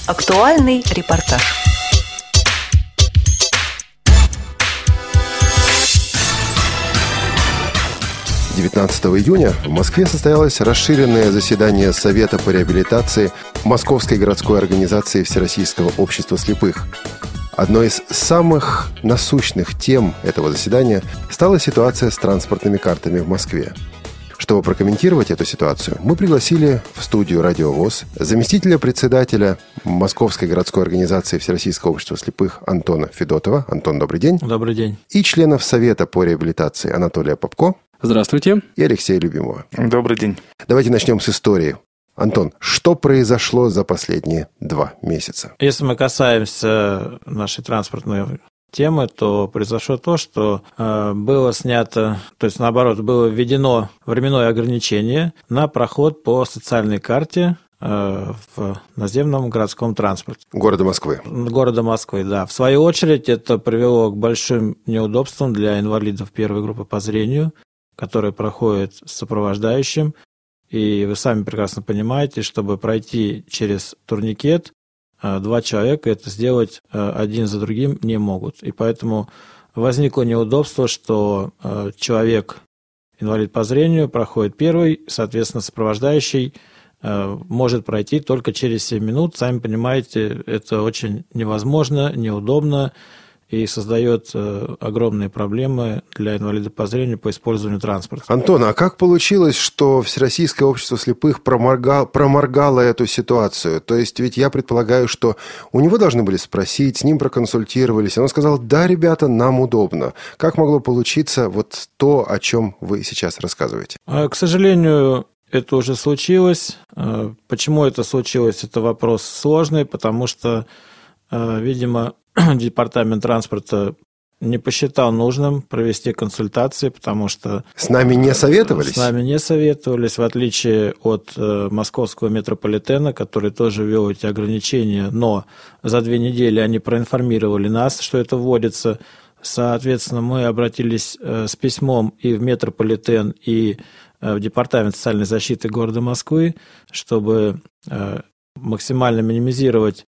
Актуальный репортаж. – 19 июня в Москве состоялось расширенное заседание Совета по реабилитации Московской городской организации Всероссийского общества слепых. Одной из самых насущных тем этого заседания стала ситуация с транспортными картами в Москве. Чтобы прокомментировать эту ситуацию, мы пригласили в студию «Радио ВОС» заместителя председателя Московской городской организации Всероссийского общества слепых Антона Федотова. Антон, добрый день. Добрый день. И членов Совета по реабилитации Анатолия Попко. Здравствуйте. И Алексея Любимова. Добрый день. Давайте начнем с истории. Антон, что произошло за последние 2 месяца? Если мы касаемся нашей транспортной темы, то произошло то, что было снято, то есть наоборот, было введено временное ограничение на проход по социальной карте в наземном городском транспорте. Города Москвы. Города Москвы, да. В свою очередь, это привело к большим неудобствам для инвалидов первой группы по зрению, которые проходят с сопровождающим. И вы сами прекрасно понимаете, чтобы пройти через турникет, 2 человека это сделать один за другим не могут. И поэтому возникло неудобство, что человек, инвалид по зрению, проходит первый, соответственно, сопровождающий может пройти только через 7 минут. Сами понимаете, это очень невозможно, неудобно и создает огромные проблемы для инвалидов по зрению по использованию транспорта. Антон, а как получилось, что Всероссийское общество слепых проморгало эту ситуацию? То есть ведь я предполагаю, что у него должны были спросить, с ним проконсультировались. Он сказал: да, ребята, нам удобно. Как могло получиться вот то, о чем вы сейчас рассказываете? К сожалению, это уже случилось. Почему это случилось, это вопрос сложный, потому что, видимо, Департамент транспорта не посчитал нужным провести консультации, потому что... С нами не советовались? С нами не советовались, в отличие от московского метрополитена, который тоже ввел эти ограничения, но за 2 недели они проинформировали нас, что это вводится. Соответственно, мы обратились с письмом и в метрополитен, и в Департамент социальной защиты города Москвы, чтобы максимально минимизировать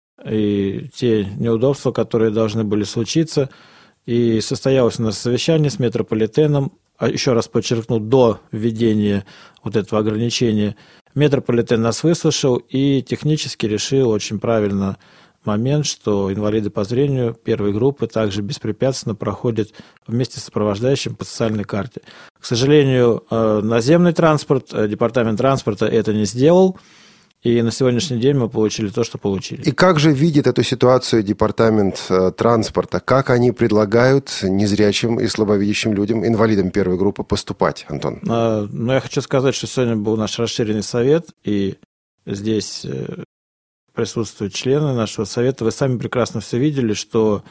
и те неудобства, которые должны были случиться. И состоялось у нас совещание с метрополитеном, еще раз подчеркну, до введения вот этого ограничения. Метрополитен нас выслушал и технически решил очень правильно момент, что инвалиды по зрению первой группы также беспрепятственно проходят вместе с сопровождающим по социальной карте. К сожалению, наземный транспорт, департамент транспорта это не сделал. И на сегодняшний день мы получили то, что получили. И как же видит эту ситуацию департамент транспорта? Как они предлагают незрячим и слабовидящим людям, инвалидам первой группы, поступать, Антон? Я хочу сказать, что сегодня был наш расширенный совет, и здесь присутствуют члены нашего совета. Вы сами прекрасно все видели, что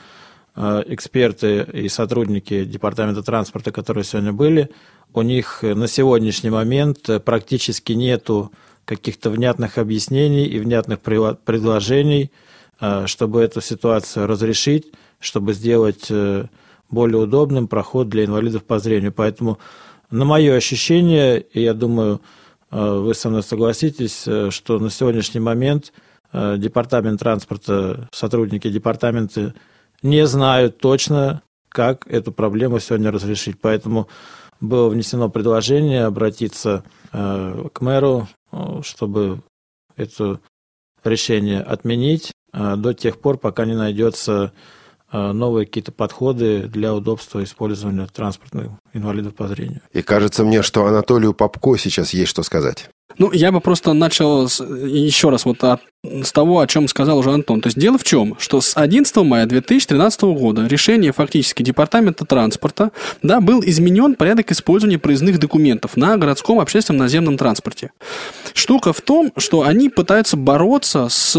эксперты и сотрудники департамента транспорта, которые сегодня были, у них на сегодняшний момент практически нету каких-то внятных объяснений и внятных предложений, чтобы эту ситуацию разрешить, чтобы сделать более удобным проход для инвалидов по зрению. Поэтому, на мое ощущение, и я думаю, вы со мной согласитесь, что на сегодняшний момент департамент транспорта, сотрудники департамента не знают точно, как эту проблему сегодня разрешить. Поэтому было внесено предложение обратиться к мэру, чтобы это решение отменить до тех пор, пока не найдется новые какие-то подходы для удобства использования транспортных инвалидов по зрению. И кажется мне, что Анатолию Попко сейчас есть что сказать. Я бы просто начал еще раз с того, о чем сказал уже Антон. То есть дело в чем, что с 11 мая 2013 года решение фактически Департамента транспорта был изменен порядок использования проездных документов на городском общественном наземном транспорте. Штука в том, что они пытаются бороться с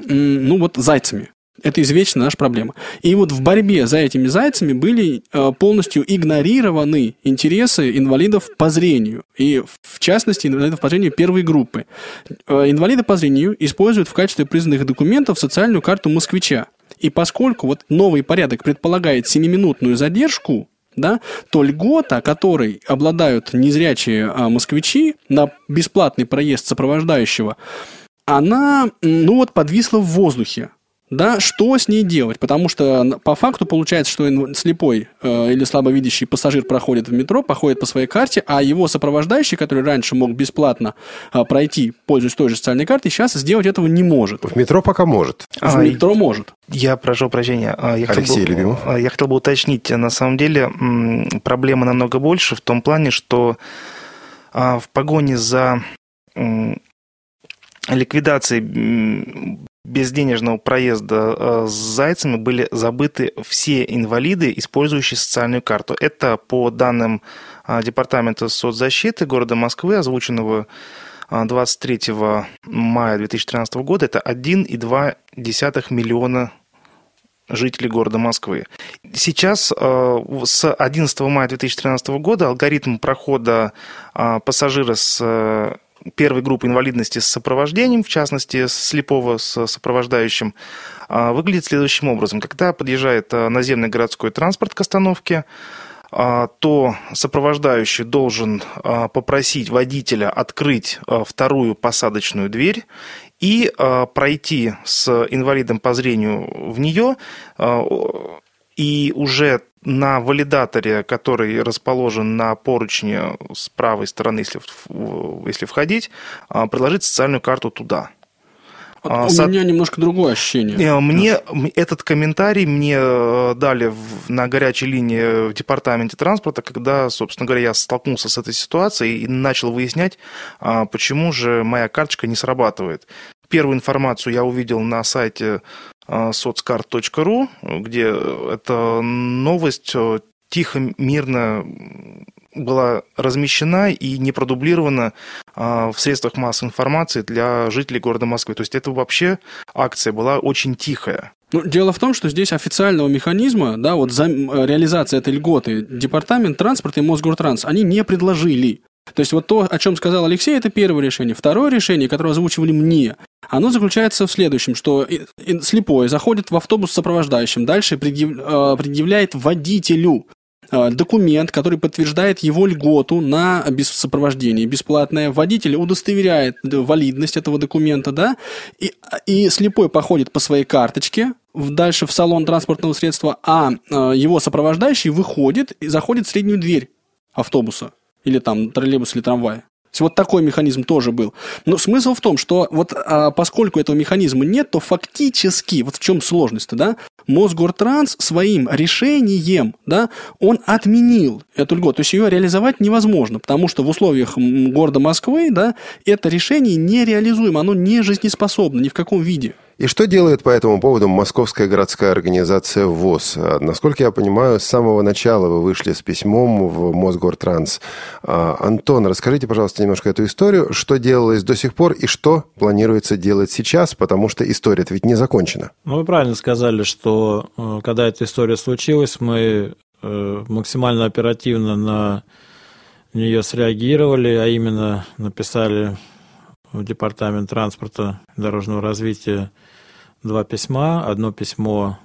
зайцами. Это извечная наша проблема. И вот в борьбе за этими зайцами были полностью игнорированы интересы инвалидов по зрению. И в частности, инвалидов по зрению первой группы. Инвалиды по зрению используют в качестве признанных документов социальную карту москвича. И поскольку новый порядок предполагает 7-минутную задержку, то льгота, которой обладают незрячие москвичи на бесплатный проезд сопровождающего, она, подвисла в воздухе. Да, что с ней делать? Потому что по факту получается, что слепой или слабовидящий пассажир проходит в метро, походит по своей карте, а его сопровождающий, который раньше мог бесплатно пройти, пользуясь той же социальной картой, сейчас сделать этого не может. В метро пока может. В метро может. Я прошу прощения. Алексей Любимов. Я хотел бы уточнить. На самом деле проблема намного больше в том плане, что в погоне за ликвидацией безденежного проезда с зайцами были забыты все инвалиды, использующие социальную карту. Это по данным Департамента соцзащиты города Москвы, озвученного 23 мая 2013 года, это 1,2 миллиона жителей города Москвы. Сейчас, с 11 мая 2013 года, алгоритм прохода пассажира с первой группы инвалидности с сопровождением, в частности, слепого с сопровождающим, выглядит следующим образом. Когда подъезжает наземный городской транспорт к остановке, то сопровождающий должен попросить водителя открыть вторую посадочную дверь и пройти с инвалидом по зрению в нее, и уже на валидаторе, который расположен на поручне с правой стороны, если входить, приложить социальную карту туда. У меня немножко другое ощущение. Этот комментарий мне дали на горячей линии в департаменте транспорта, когда, собственно говоря, я столкнулся с этой ситуацией и начал выяснять, почему же моя карточка не срабатывает. Первую информацию я увидел на сайте соцкарт.ру, где эта новость тихо, мирно была размещена и не продублирована в средствах массовой информации для жителей города Москвы. То есть это вообще акция была очень тихая. Дело в том, что здесь официального механизма, да, вот за реализацией этой льготы Департамент транспорта и Мосгортранс, они не предложили. То есть вот то, о чем сказал Алексей, это первое решение. Второе решение, которое озвучивали мне, оно заключается в следующем, что слепой заходит в автобус с сопровождающим, дальше предъявляет водителю документ, который подтверждает его льготу на сопровождение бесплатное. Водитель удостоверяет валидность этого документа, да, и слепой походит по своей карточке дальше в салон транспортного средства, а его сопровождающий выходит и заходит в среднюю дверь автобуса или там троллейбуса или трамвая. Вот такой механизм тоже был. Но смысл в том, что вот поскольку этого механизма нет, то фактически, вот в чем сложность-то, да, Мосгортранс своим решением, да, он отменил эту льготу. То есть ее реализовать невозможно, потому что в условиях города Москвы, да, это решение нереализуемо, оно не жизнеспособно ни в каком виде. И что делает по этому поводу Московская городская организация ВОС? Насколько я понимаю, с самого начала вы вышли с письмом в Мосгортранс. Антон, расскажите, пожалуйста, немножко эту историю. Что делалось до сих пор и что планируется делать сейчас, потому что история-то ведь не закончена. Вы правильно сказали, что когда эта история случилась, мы максимально оперативно на нее среагировали, а именно написали в Департамент транспорта и дорожного развития 2 письма. Одно письмо,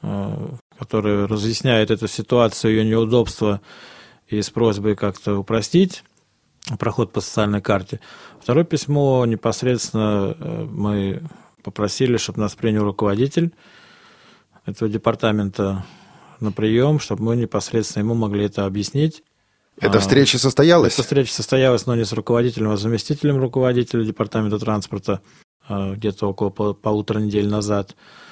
которое разъясняет эту ситуацию, ее неудобства, и с просьбой как-то упростить проход по социальной карте. Второе письмо непосредственно мы попросили, чтобы нас принял руководитель этого департамента на прием, чтобы мы непосредственно ему могли это объяснить. Эта встреча состоялась? Эта встреча состоялась, но не с руководителем, а с заместителем руководителя Департамента транспорта где-то около 1,5 недели назад.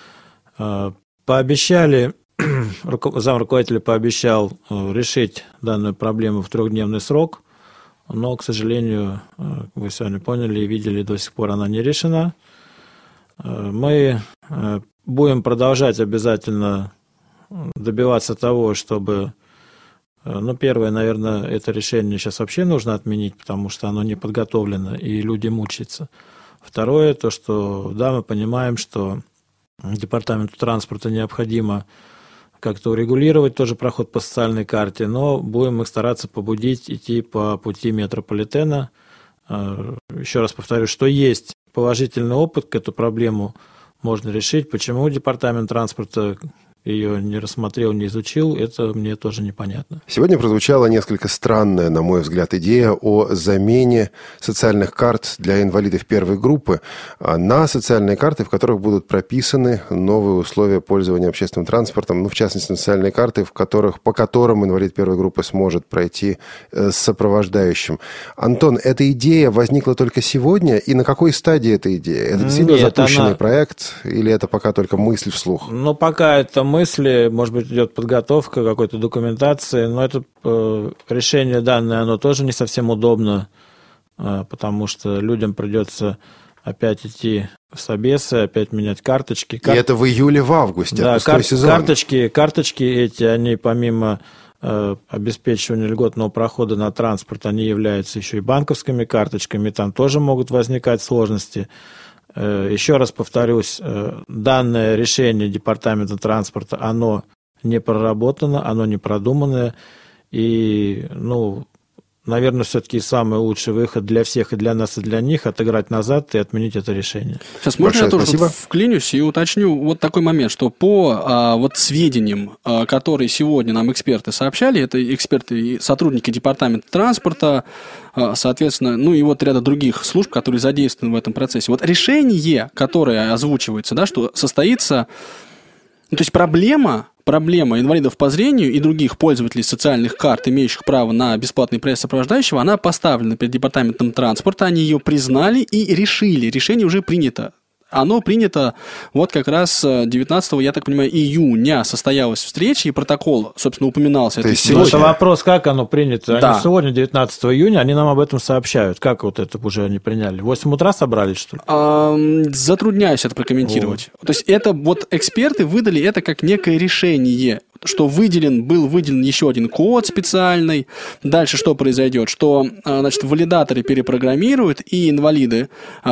Пообещали, замруководителя пообещал решить данную проблему в 3-дневный срок, но, к сожалению, вы сегодня поняли и видели, до сих пор она не решена. Мы будем продолжать обязательно добиваться того, чтобы... первое, наверное, это решение сейчас вообще нужно отменить, потому что оно не подготовлено, и люди мучаются. Второе, то, что, да, мы понимаем, что Департаменту транспорта необходимо как-то урегулировать тоже проход по социальной карте, но будем их стараться побудить идти по пути метрополитена. Еще раз повторю, что есть положительный опыт, эту проблему можно решить. Почему Департамент транспорта ее не рассмотрел, не изучил, это мне тоже непонятно. Сегодня прозвучала несколько странная, на мой взгляд, идея о замене социальных карт для инвалидов первой группы на социальные карты, в которых будут прописаны новые условия пользования общественным транспортом, в частности, социальные карты, по которым инвалид первой группы сможет пройти с сопровождающим. Антон, эта идея возникла только сегодня, и на какой стадии эта идея? Это действительно запущенный проект, или это пока только мысль вслух? Пока это мысли, может быть, идет подготовка какой-то документации, но это решение данное, оно тоже не совсем удобно, потому что людям придется опять идти в собесы, опять менять карточки. И это в июле, в августе, да, пустой сезон. Карточки эти, они помимо обеспечивания льготного прохода на транспорт, они являются еще и банковскими карточками, там тоже могут возникать сложности. Еще раз повторюсь, данное решение Департамента транспорта, оно не проработано, оно не продуманное. И, наверное, все-таки самый лучший выход для всех, и для нас, и для них, отыграть назад и отменить это решение. Сейчас можно я тоже вклинюсь и уточню вот такой момент, что по сведениям, которые сегодня нам эксперты сообщали, это эксперты и сотрудники Департамента транспорта, соответственно, и вот ряда других служб, которые задействованы в этом процессе. Вот решение, которое озвучивается, да, что состоится, то есть проблема инвалидов по зрению и других пользователей социальных карт, имеющих право на бесплатный проезд сопровождающего, она поставлена перед Департаментом транспорта, они ее признали и решили. Решение уже принято. Оно принято вот как раз 19, я так понимаю, июня состоялась встреча, и протокол, собственно, упоминался. То есть сегодня... Это вопрос, как оно принято. Да. Они сегодня, 19 июня, они нам об этом сообщают. Как вот это уже они приняли? В 8 утра собрались, что ли? Затрудняюсь это прокомментировать. То есть это вот эксперты выдали это как некое решение, что был выделен еще один код специальный. Дальше что произойдет? Что, валидаторы перепрограммируют, и инвалиды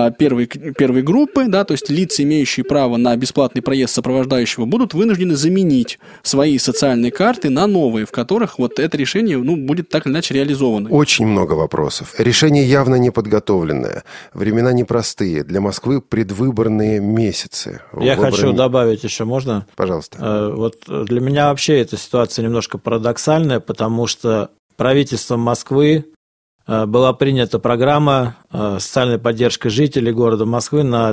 первой группы, да, то есть лица, имеющие право на бесплатный проезд сопровождающего, будут вынуждены заменить свои социальные карты на новые, в которых вот это решение будет так или иначе реализовано. Очень много вопросов. Решение явно не подготовленное. Времена непростые. Для Москвы предвыборные месяцы. Я хочу добавить еще, можно? Пожалуйста. Вот для меня вообще эта ситуация немножко парадоксальная, потому что правительством Москвы была принята программа социальной поддержки жителей города Москвы на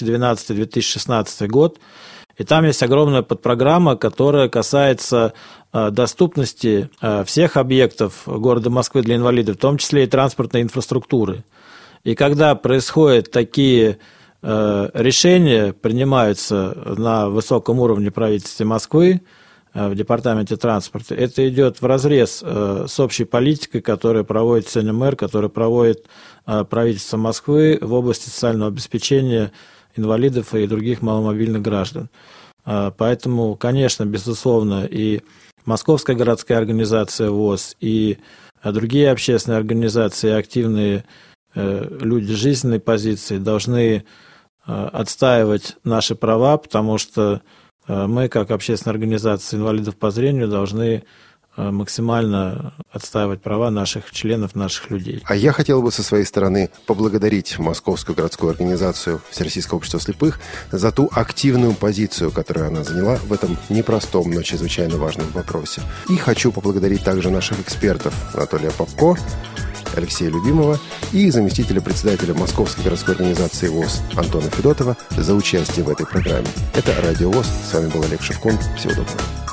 2012-2016 год. И там есть огромная подпрограмма, которая касается доступности всех объектов города Москвы для инвалидов, в том числе и транспортной инфраструктуры. И когда происходят такие решения, принимаются на высоком уровне правительства Москвы, в Департаменте транспорта, это идет вразрез с общей политикой, которую проводит сегодня мэр, которую проводит правительство Москвы в области социального обеспечения инвалидов и других маломобильных граждан. Поэтому, конечно, безусловно, и Московская городская организация ВОС, и другие общественные организации, активные люди жизненной позиции должны отстаивать наши права, потому что мы, как общественная организация инвалидов по зрению, должны максимально отстаивать права наших членов, наших людей. А я хотел бы со своей стороны поблагодарить Московскую городскую организацию Всероссийского общества слепых за ту активную позицию, которую она заняла в этом непростом, но чрезвычайно важном вопросе. И хочу поблагодарить также наших экспертов Анатолия Попко, Алексея Любимова и заместителя председателя Московской городской организации ВОС Антона Федотова за участие в этой программе. Это Радио ВОС. С вами был Олег Шевкун. Всего доброго.